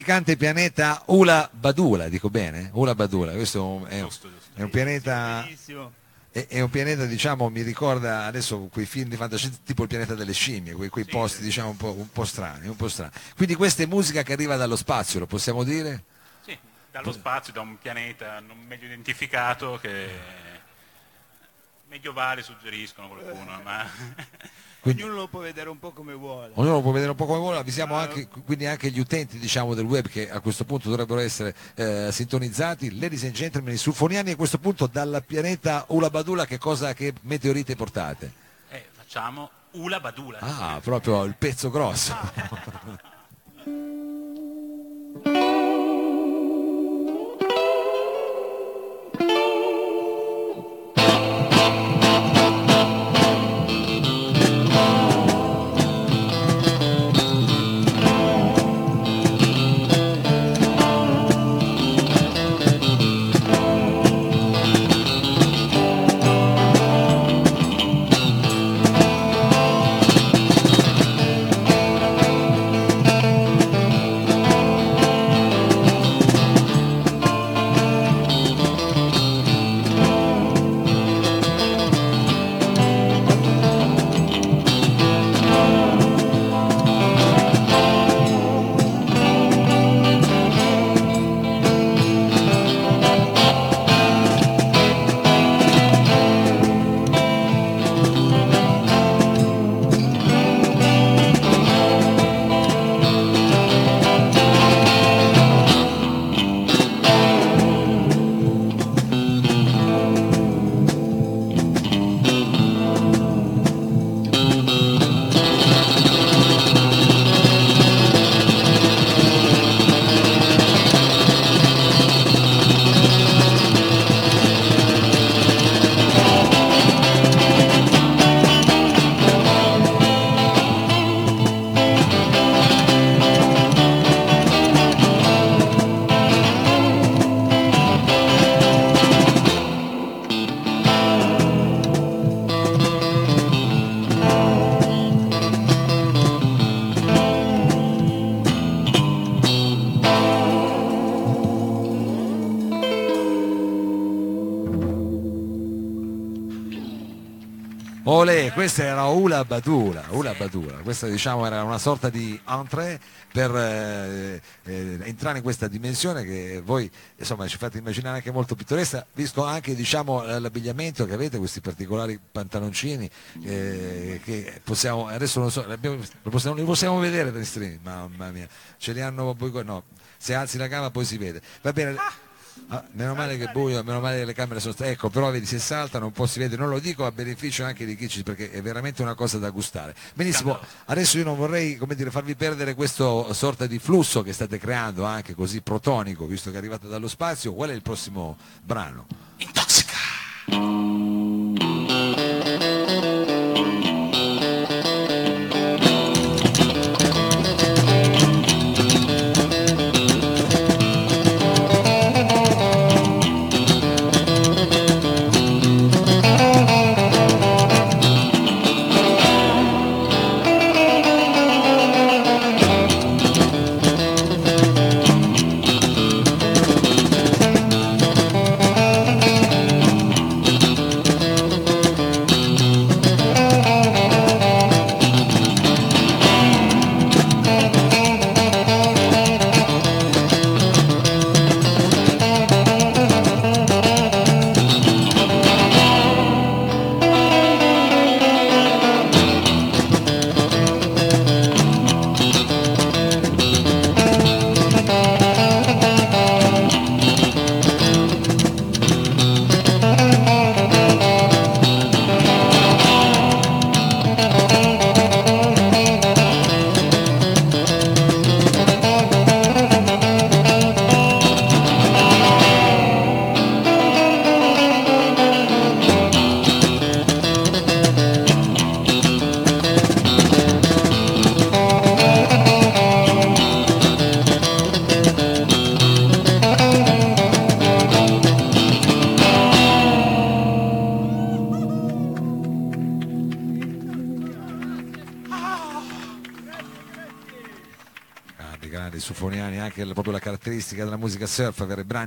Cante pianeta Ula Badula, dico bene? Ula Badula, questo Giusto, giusto. è un pianeta, Benissimo. è un pianeta, diciamo, mi ricorda adesso quei film di fantascienza tipo il pianeta delle scimmie, quei Sì, posti, sì, diciamo, un po' strani, un po' strani. Quindi questa è musica che arriva dallo spazio, lo possiamo dire? sì, dallo spazio, da un pianeta non meglio identificato che medievali suggeriscono qualcuno, ma Quindi Ognuno lo può vedere un po' come vuole. ognuno può vedere un po' come vuole, avvisiamo Ah, anche, quindi anche gli utenti, diciamo, del web che a questo punto dovrebbero essere sintonizzati. Ladies and gentlemen, i sulfoniani a questo punto dal pianeta Ula Badula che meteorite portate? facciamo Ula Badula. Ah, proprio il pezzo grosso. Olè, questa era Ula Badula, Ula Badula. Questa diciamo era una sorta di entrée per entrare in questa dimensione che voi insomma ci fate immaginare anche molto pittoresca, visto anche diciamo l'abbigliamento che avete, questi particolari pantaloncini che possiamo, adesso non so, li possiamo vedere per streaming, mamma mia, ce li hanno poi, no, se alzi la gamba poi si vede, va bene. Ah, meno male che è buio, meno male che le camere sono state. Ecco, però vedi, se saltano un po' si vede, non lo dico a beneficio anche di chi ci, perché è veramente una cosa da gustare. Benissimo, adesso io non vorrei, come dire, farvi perdere questo sorta di flusso che state creando anche così protonico, visto che è arrivato dallo spazio. Qual è il prossimo brano? Intoxica! proprio la caratteristica della musica surf, avere brani